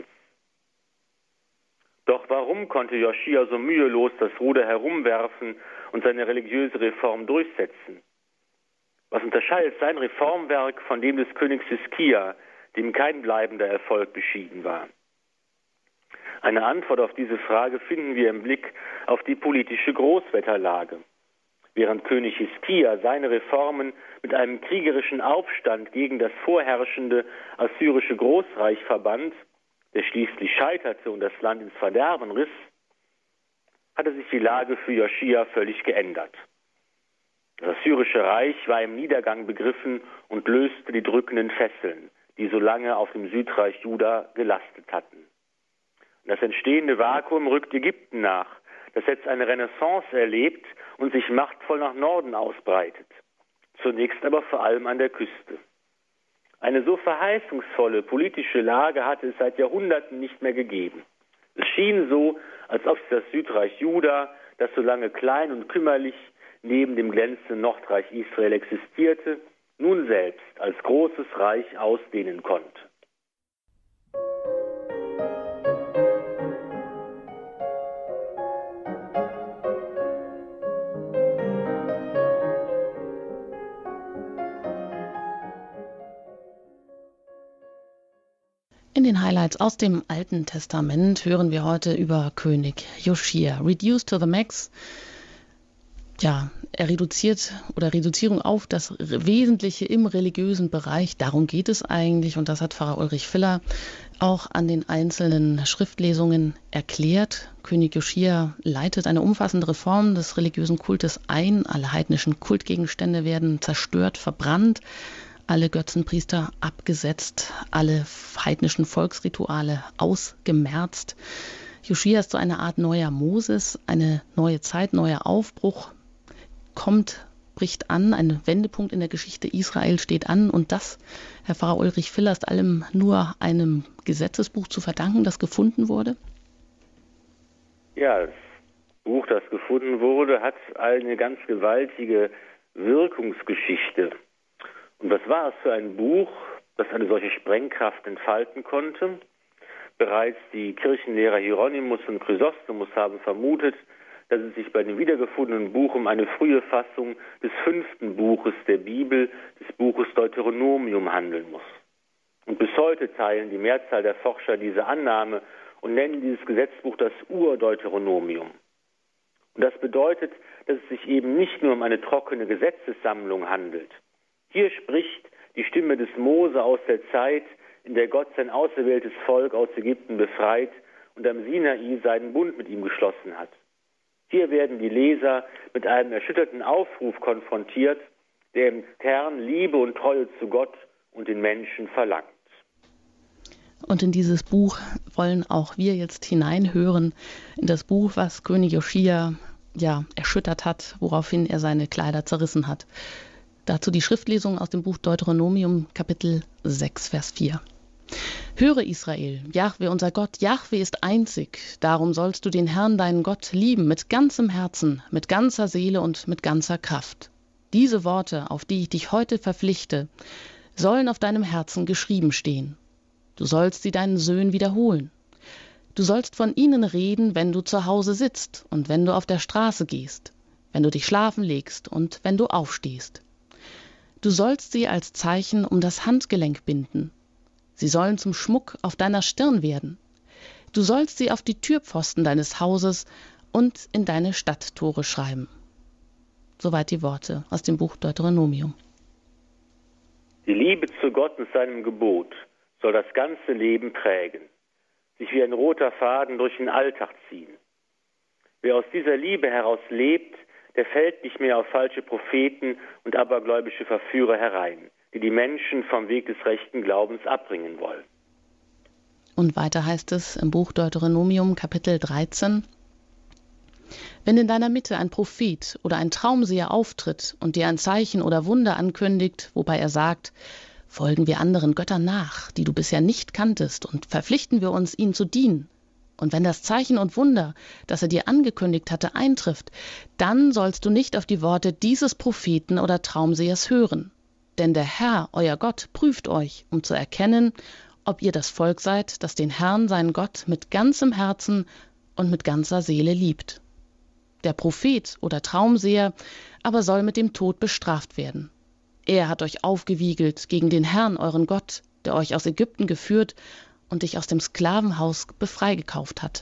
Doch warum konnte Joschia so mühelos das Ruder herumwerfen und seine religiöse Reform durchsetzen? Was unterscheidet sein Reformwerk von dem des Königs Hiskia, dem kein bleibender Erfolg beschieden war? Eine Antwort auf diese Frage finden wir im Blick auf die politische Großwetterlage. Während König Hiskia seine Reformen mit einem kriegerischen Aufstand gegen das vorherrschende assyrische Großreich verband, der schließlich scheiterte und das Land ins Verderben riss, hatte sich die Lage für Joschia völlig geändert. Das assyrische Reich war im Niedergang begriffen und löste die drückenden Fesseln, die so lange auf dem Südreich Juda gelastet hatten. Das entstehende Vakuum rückt Ägypten nach, das jetzt eine Renaissance erlebt und sich machtvoll nach Norden ausbreitet. Zunächst aber vor allem an der Küste. Eine so verheißungsvolle politische Lage hatte es seit Jahrhunderten nicht mehr gegeben. Es schien so, als ob sich das Südreich Juda, das so lange klein und kümmerlich neben dem glänzenden Nordreich Israel existierte, nun selbst als großes Reich ausdehnen konnte. In den Highlights aus dem Alten Testament hören wir heute über König Joschia. Reduced to the max. Ja, er reduziert oder Reduzierung auf das Wesentliche im religiösen Bereich. Darum geht es eigentlich und das hat Pfarrer Ulrich Filler auch an den einzelnen Schriftlesungen erklärt. König Joschia leitet eine umfassende Reform des religiösen Kultes ein. Alle heidnischen Kultgegenstände werden zerstört, verbrannt. Alle Götzenpriester abgesetzt, alle heidnischen Volksrituale ausgemerzt. Joschia ist so eine Art neuer Moses, eine neue Zeit, neuer Aufbruch kommt, bricht an, ein Wendepunkt in der Geschichte Israel steht an und das, Herr Pfarrer Ulrich Filler, ist allem nur einem Gesetzesbuch zu verdanken, das gefunden wurde? Ja, das Buch, das gefunden wurde, hat eine ganz gewaltige Wirkungsgeschichte. Und was war es für ein Buch, das eine solche Sprengkraft entfalten konnte? Bereits die Kirchenlehrer Hieronymus und Chrysostomus haben vermutet, dass es sich bei dem wiedergefundenen Buch um eine frühe Fassung des fünften Buches der Bibel, des Buches Deuteronomium, handeln muss. Und bis heute teilen die Mehrzahl der Forscher diese Annahme und nennen dieses Gesetzbuch das Ur-Deuteronomium. Und das bedeutet, dass es sich eben nicht nur um eine trockene Gesetzessammlung handelt. Hier spricht die Stimme des Mose aus der Zeit, in der Gott sein auserwähltes Volk aus Ägypten befreit und am Sinai seinen Bund mit ihm geschlossen hat. Hier werden die Leser mit einem erschütterten Aufruf konfrontiert, der im Kern Liebe und Treue zu Gott und den Menschen verlangt. Und in dieses Buch wollen auch wir jetzt hineinhören, in das Buch, was König Joschia ja erschüttert hat, woraufhin er seine Kleider zerrissen hat. Dazu die Schriftlesung aus dem Buch Deuteronomium, Kapitel sechs, Vers vier. Höre Israel, Jahwe unser Gott, Jahwe ist einzig, darum sollst du den Herrn deinen Gott lieben mit ganzem Herzen, mit ganzer Seele und mit ganzer Kraft. Diese Worte, auf die ich dich heute verpflichte, sollen auf deinem Herzen geschrieben stehen. Du sollst sie deinen Söhnen wiederholen. Du sollst von ihnen reden, wenn du zu Hause sitzt und wenn du auf der Straße gehst, wenn du dich schlafen legst und wenn du aufstehst. Du sollst sie als Zeichen um das Handgelenk binden. Sie sollen zum Schmuck auf deiner Stirn werden. Du sollst sie auf die Türpfosten deines Hauses und in deine Stadttore schreiben. Soweit die Worte aus dem Buch Deuteronomium. Die Liebe zu Gott und seinem Gebot soll das ganze Leben prägen, sich wie ein roter Faden durch den Alltag ziehen. Wer aus dieser Liebe heraus lebt, der fällt nicht mehr auf falsche Propheten und abergläubische Verführer herein, die die Menschen vom Weg des rechten Glaubens abbringen wollen. Und weiter heißt es im Buch Deuteronomium, Kapitel dreizehn, wenn in deiner Mitte ein Prophet oder ein Traumseher auftritt und dir ein Zeichen oder Wunder ankündigt, wobei er sagt, folgen wir anderen Göttern nach, die du bisher nicht kanntest, und verpflichten wir uns, ihnen zu dienen. Und wenn das Zeichen und Wunder, das er dir angekündigt hatte, eintrifft, dann sollst du nicht auf die Worte dieses Propheten oder Traumsehers hören. Denn der Herr, euer Gott, prüft euch, um zu erkennen, ob ihr das Volk seid, das den Herrn, seinen Gott, mit ganzem Herzen und mit ganzer Seele liebt. Der Prophet oder Traumseher aber soll mit dem Tod bestraft werden. Er hat euch aufgewiegelt gegen den Herrn, euren Gott, der euch aus Ägypten geführt und dich aus dem Sklavenhaus befreigekauft hat.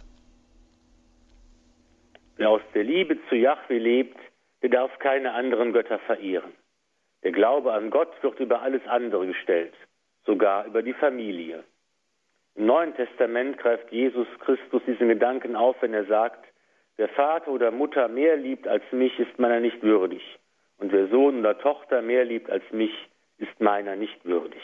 Wer aus der Liebe zu Jahwe lebt, der darf keine anderen Götter verehren. Der Glaube an Gott wird über alles andere gestellt, sogar über die Familie. Im Neuen Testament greift Jesus Christus diesen Gedanken auf, wenn er sagt, wer Vater oder Mutter mehr liebt als mich, ist meiner nicht würdig. Und wer Sohn oder Tochter mehr liebt als mich, ist meiner nicht würdig.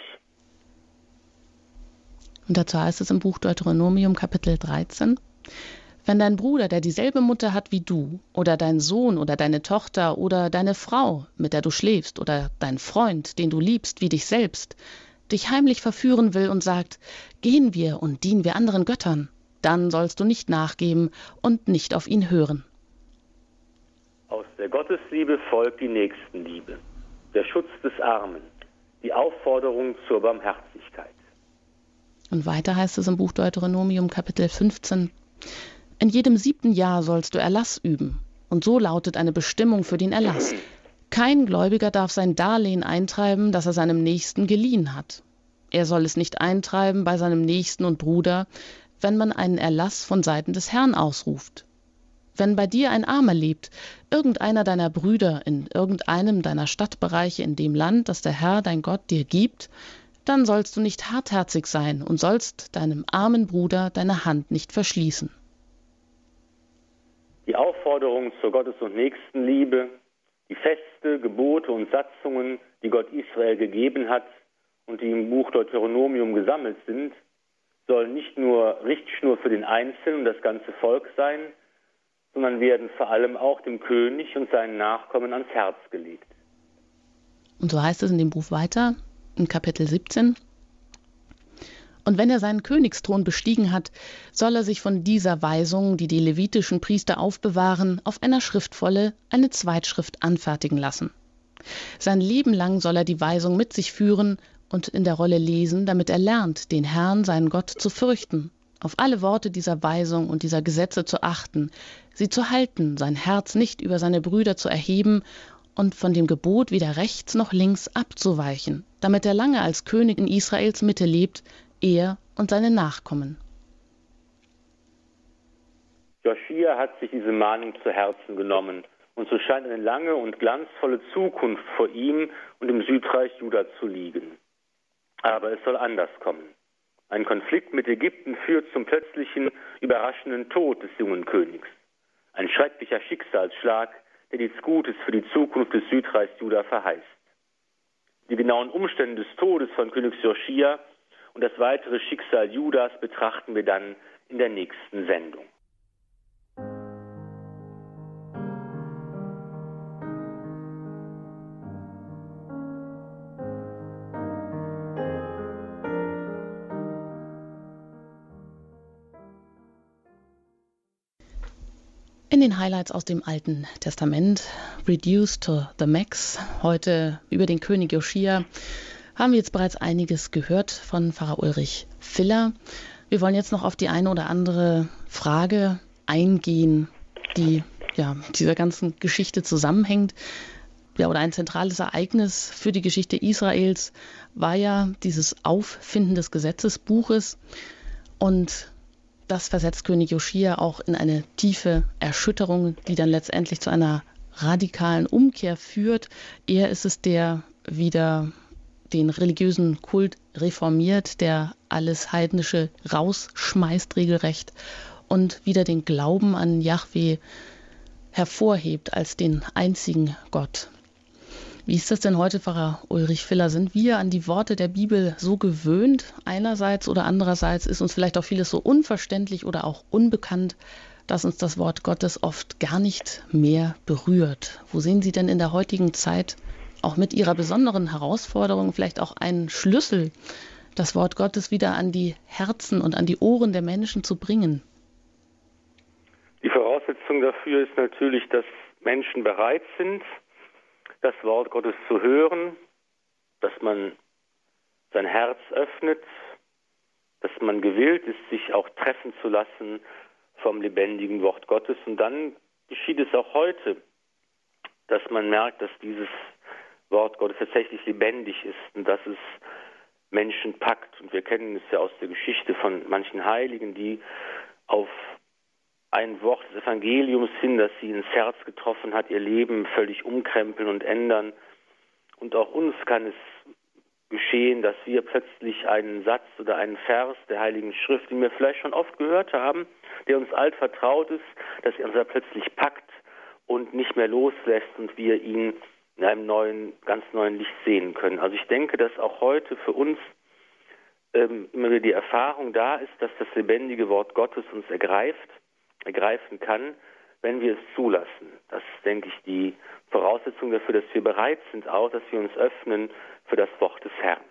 Und dazu heißt es im Buch Deuteronomium, Kapitel dreizehn, wenn dein Bruder, der dieselbe Mutter hat wie du, oder dein Sohn oder deine Tochter oder deine Frau, mit der du schläfst, oder dein Freund, den du liebst wie dich selbst, dich heimlich verführen will und sagt, gehen wir und dienen wir anderen Göttern, dann sollst du nicht nachgeben und nicht auf ihn hören. Aus der Gottesliebe folgt die Nächstenliebe, der Schutz des Armen, die Aufforderung zur Barmherzigkeit. Und weiter heißt es im Buch Deuteronomium, Kapitel fünfzehn, in jedem siebten Jahr sollst du Erlass üben. Und so lautet eine Bestimmung für den Erlass. Kein Gläubiger darf sein Darlehen eintreiben, das er seinem Nächsten geliehen hat. Er soll es nicht eintreiben bei seinem Nächsten und Bruder, wenn man einen Erlass von Seiten des Herrn ausruft. Wenn bei dir ein Armer lebt, irgendeiner deiner Brüder in irgendeinem deiner Stadtbereiche in dem Land, das der Herr, dein Gott, dir gibt, dann sollst du nicht hartherzig sein und sollst deinem armen Bruder deine Hand nicht verschließen. Die Aufforderung zur Gottes- und Nächstenliebe, die Feste, Gebote und Satzungen, die Gott Israel gegeben hat und die im Buch Deuteronomium gesammelt sind, sollen nicht nur Richtschnur für den Einzelnen und das ganze Volk sein, sondern werden vor allem auch dem König und seinen Nachkommen ans Herz gelegt. Und so heißt es in dem Buch weiter, in Kapitel siebzehn, und wenn er seinen Königsthron bestiegen hat, soll er sich von dieser Weisung, die die levitischen Priester aufbewahren, auf einer Schriftvolle eine Zweitschrift anfertigen lassen. Sein Leben lang soll er die Weisung mit sich führen und in der Rolle lesen, damit er lernt, den Herrn, seinen Gott, zu fürchten, auf alle Worte dieser Weisung und dieser Gesetze zu achten, sie zu halten, sein Herz nicht über seine Brüder zu erheben und von dem Gebot weder rechts noch links abzuweichen, damit er lange als König in Israels Mitte lebt, er und seine Nachkommen. Joschia hat sich diese Mahnung zu Herzen genommen. Und so scheint eine lange und glanzvolle Zukunft vor ihm und im Südreich Juda zu liegen. Aber es soll anders kommen. Ein Konflikt mit Ägypten führt zum plötzlichen, überraschenden Tod des jungen Königs. Ein schrecklicher Schicksalsschlag, der nichts Gutes für die Zukunft des Südreichs Juda verheißt. Die genauen Umstände des Todes von König Joschia und das weitere Schicksal Judas betrachten wir dann in der nächsten Sendung. In den Highlights aus dem Alten Testament, Reduced to the Max, heute über den König Joschia, haben wir jetzt bereits einiges gehört von Pfarrer Ulrich Filler. Wir wollen jetzt noch auf die eine oder andere Frage eingehen, die ja dieser ganzen Geschichte zusammenhängt. Ja, oder ein zentrales Ereignis für die Geschichte Israels war ja dieses Auffinden des Gesetzesbuches, und das versetzt König Joschia auch in eine tiefe Erschütterung, die dann letztendlich zu einer radikalen Umkehr führt. Er ist es, der wieder den religiösen Kult reformiert, der alles Heidnische rausschmeißt regelrecht und wieder den Glauben an Jahwe hervorhebt als den einzigen Gott. Wie ist das denn heute, Pfarrer Ulrich Filler? Sind wir an die Worte der Bibel so gewöhnt einerseits, oder andererseits ist uns vielleicht auch vieles so unverständlich oder auch unbekannt, dass uns das Wort Gottes oft gar nicht mehr berührt? Wo sehen Sie denn in der heutigen Zeit auch mit Ihrer besonderen Herausforderung vielleicht auch einen Schlüssel, das Wort Gottes wieder an die Herzen und an die Ohren der Menschen zu bringen? Die Voraussetzung dafür ist natürlich, dass Menschen bereit sind, das Wort Gottes zu hören, dass man sein Herz öffnet, dass man gewillt ist, sich auch treffen zu lassen vom lebendigen Wort Gottes. Und dann geschieht es auch heute, dass man merkt, dass dieses Wort Gottes tatsächlich lebendig ist und dass es Menschen packt. Und wir kennen es ja aus der Geschichte von manchen Heiligen, die auf ein Wort des Evangeliums hin, das sie ins Herz getroffen hat, ihr Leben völlig umkrempeln und ändern. Und auch uns kann es geschehen, dass wir plötzlich einen Satz oder einen Vers der Heiligen Schrift, den wir vielleicht schon oft gehört haben, der uns altvertraut ist, dass er uns da plötzlich packt und nicht mehr loslässt und wir ihn in einem neuen, ganz neuen Licht sehen können. Also ich denke, dass auch heute für uns ähm, immer wieder die Erfahrung da ist, dass das lebendige Wort Gottes uns ergreift, ergreifen kann, wenn wir es zulassen. Das ist, denke ich, die Voraussetzung dafür, dass wir bereit sind, auch, dass wir uns öffnen für das Wort des Herrn.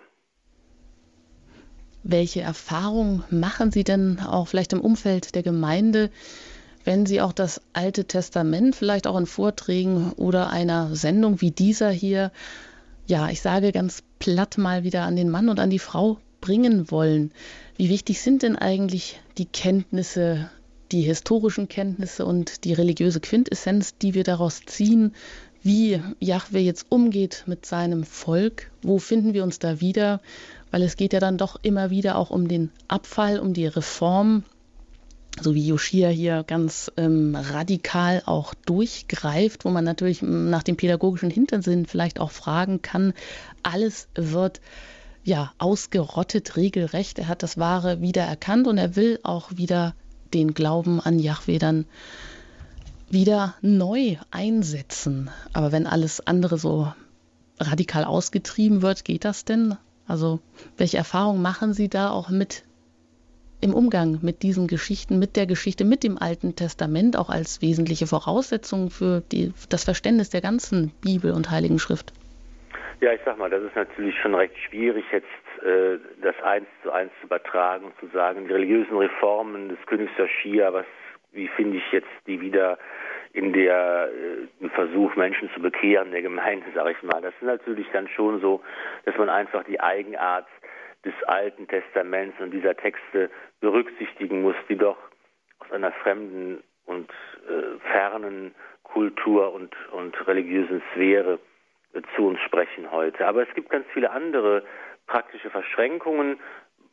Welche Erfahrungen machen Sie denn auch vielleicht im Umfeld der Gemeinde, wenn Sie auch das Alte Testament vielleicht auch in Vorträgen oder einer Sendung wie dieser hier, ja, ich sage ganz platt mal wieder an den Mann und an die Frau bringen wollen? Wie wichtig sind denn eigentlich die Kenntnisse, die historischen Kenntnisse und die religiöse Quintessenz, die wir daraus ziehen, wie Jahwe jetzt umgeht mit seinem Volk? Wo finden wir uns da wieder? Weil es geht ja dann doch immer wieder auch um den Abfall, um die Reform, so wie Joschia hier ganz ähm, radikal auch durchgreift, wo man natürlich nach dem pädagogischen Hintersinn vielleicht auch fragen kann, alles wird ja ausgerottet, regelrecht. Er hat das Wahre wieder erkannt und er will auch wieder den Glauben an Jahwe dann wieder neu einsetzen. Aber wenn alles andere so radikal ausgetrieben wird, geht das denn? Also welche Erfahrungen machen Sie da auch mit im Umgang mit diesen Geschichten, mit der Geschichte, mit dem Alten Testament, auch als wesentliche Voraussetzung für die, das Verständnis der ganzen Bibel und Heiligen Schrift? Ja, ich sag mal, das ist natürlich schon recht schwierig, jetzt äh, das eins zu eins zu übertragen und zu sagen, die religiösen Reformen des Königs Joschia, was, wie finde ich jetzt die wieder in der äh, Versuch, Menschen zu bekehren, der Gemeinde, sage ich mal. Das ist natürlich dann schon so, dass man einfach die Eigenart des Alten Testaments und dieser Texte berücksichtigen muss, die doch aus einer fremden und äh, fernen Kultur und, und religiösen Sphäre zu uns sprechen heute. Aber es gibt ganz viele andere praktische Verschränkungen.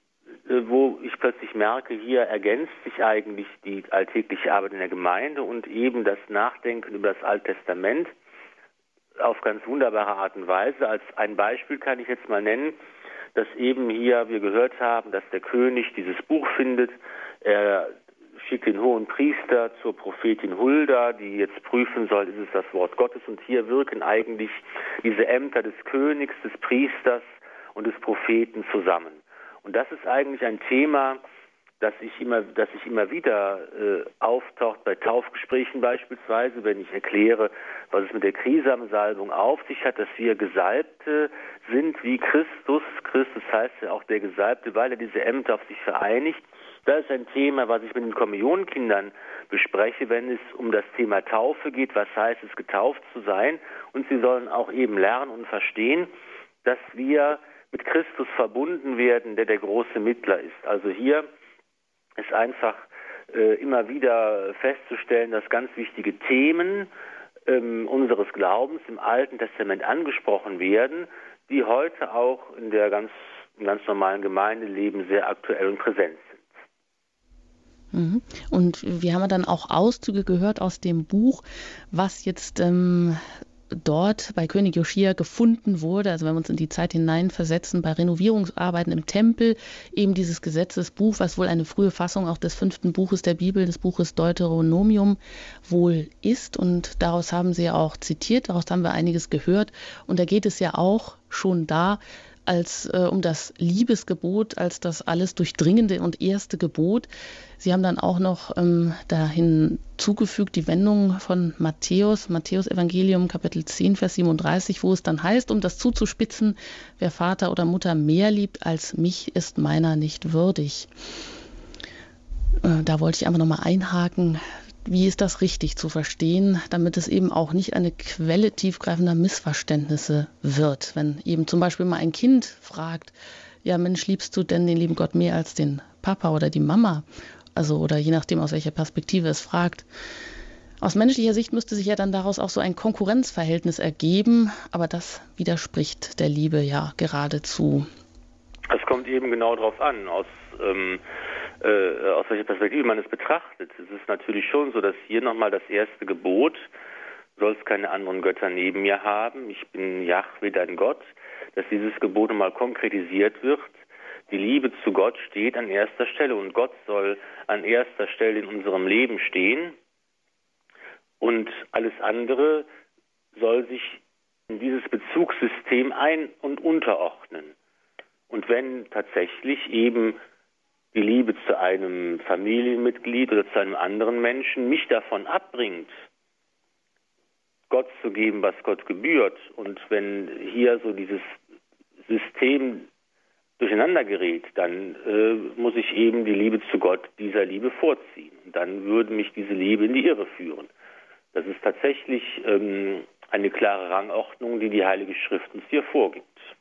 wo ich plötzlich merke, hier ergänzt sich eigentlich die alltägliche Arbeit in der Gemeinde und eben das Nachdenken über das Alte Testament auf ganz wunderbare Art und Weise. Als ein Beispiel kann ich jetzt mal nennen, dass eben hier wir gehört haben, dass der König dieses Buch findet. Er schickt den hohen Priester zur Prophetin Hulda, die jetzt prüfen soll, ist es das Wort Gottes. Und hier wirken eigentlich diese Ämter des Königs, des Priesters und des Propheten zusammen. Und das ist eigentlich ein Thema, das ich immer, das ich immer wieder äh, auftaucht bei Taufgesprächen beispielsweise, wenn ich erkläre, was es mit der Krisamsalbung auf sich hat, dass wir Gesalbte sind wie Christus. Christus heißt ja auch der Gesalbte, weil er diese Ämter auf sich vereinigt. Das ist ein Thema, was ich mit den Kommunionkindern bespreche, wenn es um das Thema Taufe geht. Was heißt es, getauft zu sein? Und sie sollen auch eben lernen und verstehen, dass wir mit Christus verbunden werden, der der große Mittler ist. Also hier ist einfach äh, immer wieder festzustellen, dass ganz wichtige Themen ähm, unseres Glaubens im Alten Testament angesprochen werden, die heute auch in der ganz, im ganz normalen Gemeindeleben sehr aktuell und präsent sind. Und wir haben dann auch Auszüge gehört aus dem Buch, was jetzt ähm, dort bei König Joschia gefunden wurde. Also wenn wir uns in die Zeit hineinversetzen, bei Renovierungsarbeiten im Tempel, eben dieses Gesetzesbuch, was wohl eine frühe Fassung auch des fünften Buches der Bibel, des Buches Deuteronomium wohl ist. Und daraus haben Sie ja auch zitiert, daraus haben wir einiges gehört. Und da geht es ja auch schon da, als äh, um das Liebesgebot, als das alles durchdringende und erste Gebot. Sie haben dann auch noch ähm, dahin zugefügt die Wendung von Matthäus, Matthäus Evangelium Kapitel zehn, Vers siebenunddreißig, wo es dann heißt, um das zuzuspitzen, wer Vater oder Mutter mehr liebt als mich, ist meiner nicht würdig. Äh, da wollte ich einfach nochmal einhaken. Wie ist das richtig zu verstehen, damit es eben auch nicht eine Quelle tiefgreifender Missverständnisse wird? Wenn eben zum Beispiel mal ein Kind fragt, ja Mensch, liebst du denn den lieben Gott mehr als den Papa oder die Mama? Also oder je nachdem, aus welcher Perspektive es fragt. Aus menschlicher Sicht müsste sich ja dann daraus auch so ein Konkurrenzverhältnis ergeben, aber das widerspricht der Liebe ja geradezu. Es kommt eben genau darauf an, aus ähm Äh, aus welcher Perspektive man es betrachtet. Es ist natürlich schon so, dass hier nochmal das erste Gebot, du sollst keine anderen Götter neben mir haben, ich bin Jahwe, dein Gott, dass dieses Gebot nochmal konkretisiert wird. Die Liebe zu Gott steht an erster Stelle und Gott soll an erster Stelle in unserem Leben stehen und alles andere soll sich in dieses Bezugssystem ein- und unterordnen. Und wenn tatsächlich eben die Liebe zu einem Familienmitglied oder zu einem anderen Menschen mich davon abbringt, Gott zu geben, was Gott gebührt. Und wenn hier so dieses System durcheinander gerät, dann äh, muss ich eben die Liebe zu Gott dieser Liebe vorziehen. Und dann würde mich diese Liebe in die Irre führen. Das ist tatsächlich ähm, eine klare Rangordnung, die die Heilige Schrift uns hier vorgibt.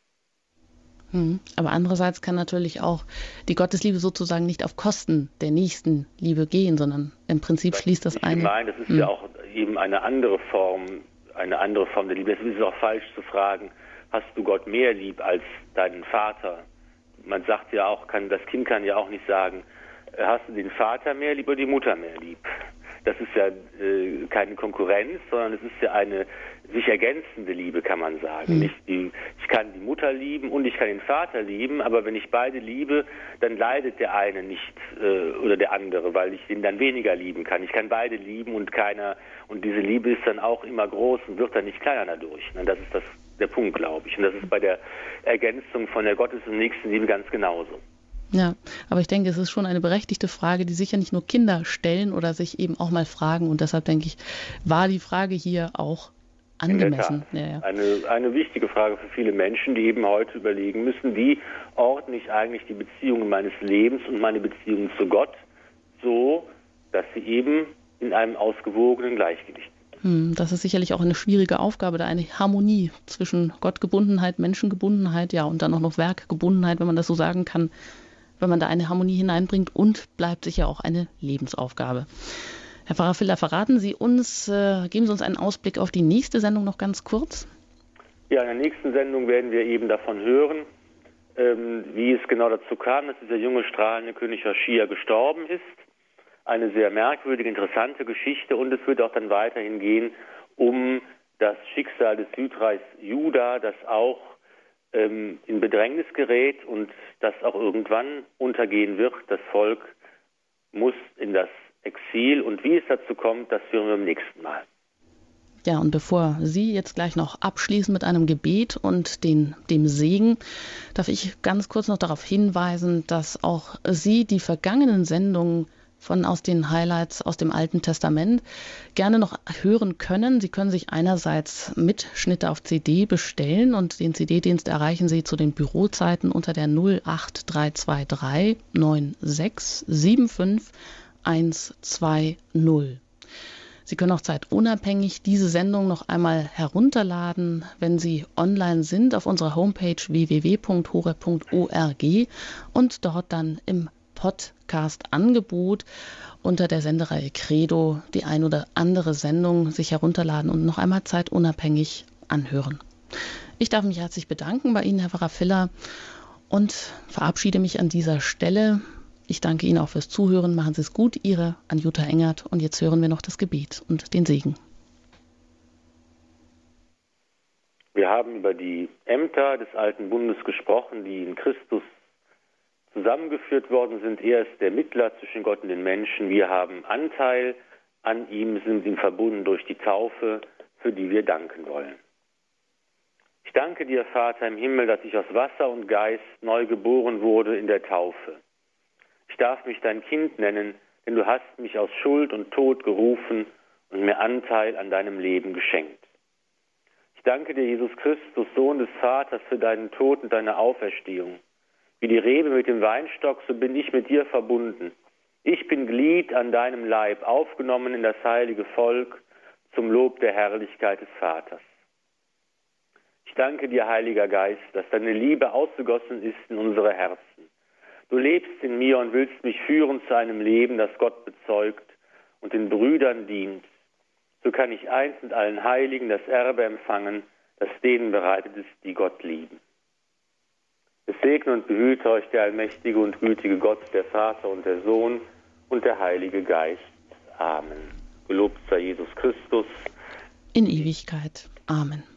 Aber andererseits kann natürlich auch die Gottesliebe sozusagen nicht auf Kosten der Nächstenliebe gehen, sondern im Prinzip das schließt das eine. Nein, das ist hm. ja auch eben eine andere Form, eine andere Form der Liebe. Es ist auch falsch zu fragen, hast du Gott mehr lieb als deinen Vater? Man sagt ja auch, kann, das Kind kann ja auch nicht sagen, hast du den Vater mehr lieb oder die Mutter mehr lieb? Das ist ja äh, keine Konkurrenz, sondern es ist ja eine sich ergänzende Liebe, kann man sagen. Mhm. Ich, die, ich kann die Mutter lieben und ich kann den Vater lieben, aber wenn ich beide liebe, dann leidet der eine nicht äh, oder der andere, weil ich ihn dann weniger lieben kann. Ich kann beide lieben und keiner, und diese Liebe ist dann auch immer groß und wird dann nicht kleiner dadurch. Und das ist das, der Punkt, glaube ich. Und das ist bei der Ergänzung von der Gottes- und Nächstenliebe ganz genauso. Ja, aber ich denke, es ist schon eine berechtigte Frage, die sicher nicht nur Kinder stellen oder sich eben auch mal fragen. Und deshalb denke ich, war die Frage hier auch angemessen. Ja, ja. Eine, eine wichtige Frage für viele Menschen, die eben heute überlegen müssen, wie ordne ich eigentlich die Beziehungen meines Lebens und meine Beziehungen zu Gott so, dass sie eben in einem ausgewogenen Gleichgewicht sind. Das ist sicherlich auch eine schwierige Aufgabe, da eine Harmonie zwischen Gottgebundenheit, Menschengebundenheit, ja, und dann auch noch Werkgebundenheit, wenn man das so sagen kann, wenn man da eine Harmonie hineinbringt, und bleibt sicher auch eine Lebensaufgabe. Herr Pfarrer Filler, verraten Sie uns, äh, geben Sie uns einen Ausblick auf die nächste Sendung noch ganz kurz? Ja, in der nächsten Sendung werden wir eben davon hören, ähm, wie es genau dazu kam, dass dieser junge strahlende König Joschia gestorben ist. Eine sehr merkwürdige, interessante Geschichte, und es wird auch dann weiterhin gehen um das Schicksal des Südreichs Juda, das auch ähm, in Bedrängnis gerät und das auch irgendwann untergehen wird. Das Volk muss in das Exil, und wie es dazu kommt, das hören wir beim nächsten Mal. Ja, und bevor Sie jetzt gleich noch abschließen mit einem Gebet und den, dem Segen, darf ich ganz kurz noch darauf hinweisen, dass auch Sie die vergangenen Sendungen von aus den Highlights aus dem Alten Testament gerne noch hören können. Sie können sich einerseits Mitschnitte auf C D bestellen, und den C D-Dienst erreichen Sie zu den Bürozeiten unter der null acht drei zwei drei neun sechs sieben fünf eins zwei null. Sie können auch zeitunabhängig diese Sendung noch einmal herunterladen, wenn Sie online sind, auf unserer Homepage w w w punkt horeb punkt org und dort dann im Podcast-Angebot unter der Sendereihe Credo die ein oder andere Sendung sich herunterladen und noch einmal zeitunabhängig anhören. Ich darf mich herzlich bedanken bei Ihnen, Herr Pfarrer Viller, und verabschiede mich an dieser Stelle. Ich danke Ihnen auch fürs Zuhören. Machen Sie es gut, Ihre Anjuta Engert. Und jetzt hören wir noch das Gebet und den Segen. Wir haben über die Ämter des Alten Bundes gesprochen, die in Christus zusammengeführt worden sind. Er ist der Mittler zwischen Gott und den Menschen. Wir haben Anteil an ihm, sind ihm verbunden durch die Taufe, für die wir danken wollen. Ich danke dir, Vater im Himmel, dass ich aus Wasser und Geist neu geboren wurde in der Taufe. Ich darf mich dein Kind nennen, denn du hast mich aus Schuld und Tod gerufen und mir Anteil an deinem Leben geschenkt. Ich danke dir, Jesus Christus, Sohn des Vaters, für deinen Tod und deine Auferstehung. Wie die Rebe mit dem Weinstock, so bin ich mit dir verbunden. Ich bin Glied an deinem Leib, aufgenommen in das heilige Volk, zum Lob der Herrlichkeit des Vaters. Ich danke dir, Heiliger Geist, dass deine Liebe ausgegossen ist in unsere Herzen. Du lebst in mir und willst mich führen zu einem Leben, das Gott bezeugt und den Brüdern dient. So kann ich einst mit allen Heiligen das Erbe empfangen, das denen bereitet ist, die Gott lieben. Es segne und behüte euch der allmächtige und gütige Gott, der Vater und der Sohn und der Heilige Geist. Amen. Gelobt sei Jesus Christus. In Ewigkeit. Amen.